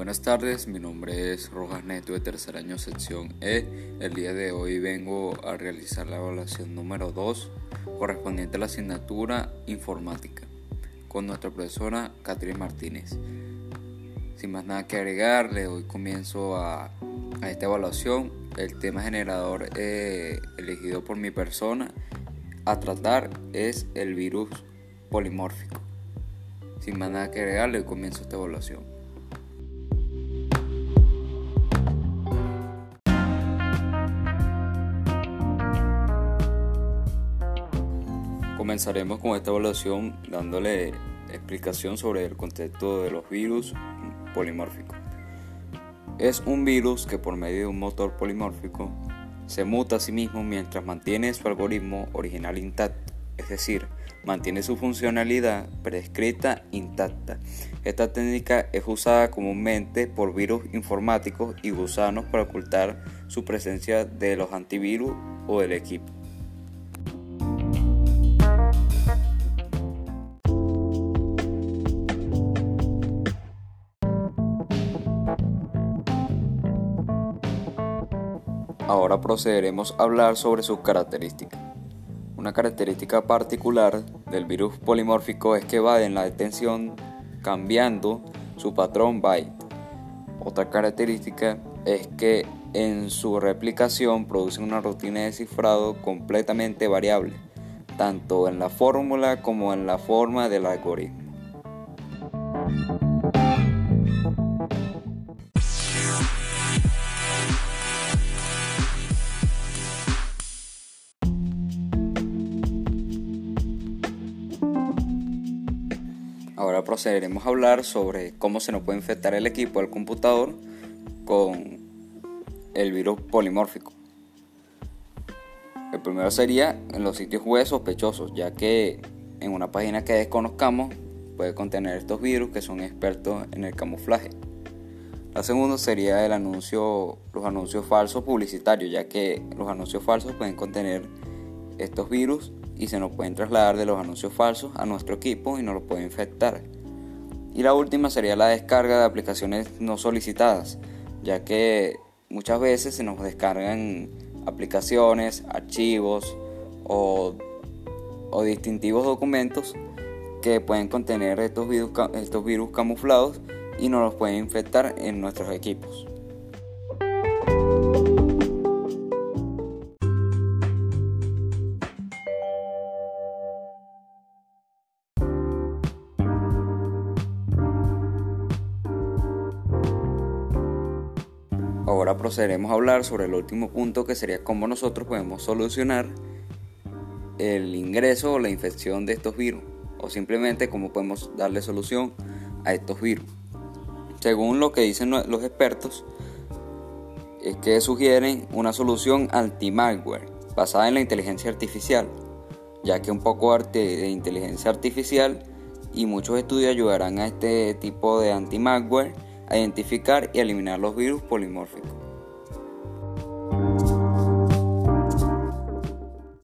Buenas tardes, mi nombre es Rojas Neto de tercer año sección E. El día de hoy vengo a realizar la evaluación número 2 correspondiente a la asignatura informática con nuestra profesora Catherine Martínez. Sin más nada que agregar, le doy comienzo a esta evaluación. El tema generador elegido por mi persona a tratar es el virus polimórfico. Sin más nada que agregar, le doy comienzo a esta evaluación. Comenzaremos con esta evaluación dándole explicación sobre el contexto de los virus polimórficos. Es un virus que por medio de un motor polimórfico se muta a sí mismo mientras mantiene su algoritmo original intacto, es decir, mantiene su funcionalidad prescrita intacta. Esta técnica es usada comúnmente por virus informáticos y gusanos para ocultar su presencia de los antivirus o del equipo. Ahora procederemos a hablar sobre sus características. Una característica particular del virus polimórfico es que evade en la detención cambiando su patrón byte. Otra característica es que en su replicación produce una rutina de cifrado completamente variable, tanto en la fórmula como en la forma del algoritmo. Ahora procederemos a hablar sobre cómo se nos puede infectar el equipo del computador con el virus polimórfico. El primero sería en los sitios web sospechosos, ya que en una página que desconozcamos puede contener estos virus que son expertos en el camuflaje. La segunda sería los anuncios falsos publicitarios, ya que los anuncios falsos pueden contener estos virus y se nos pueden trasladar de los anuncios falsos a nuestro equipo y nos lo pueden infectar. Y la última sería la descarga de aplicaciones no solicitadas, ya que muchas veces se nos descargan aplicaciones, archivos o distintivos documentos que pueden contener estos virus camuflados y nos los pueden infectar en nuestros equipos. Ahora procederemos a hablar sobre el último punto, que sería cómo nosotros podemos solucionar el ingreso o la infección de estos virus, o simplemente cómo podemos darle solución a estos virus. Según lo que dicen los expertos, es que sugieren una solución anti-malware basada en la inteligencia artificial, ya que un poco de inteligencia artificial y muchos estudios ayudarán a este tipo de anti-malware a identificar y eliminar los virus polimórficos.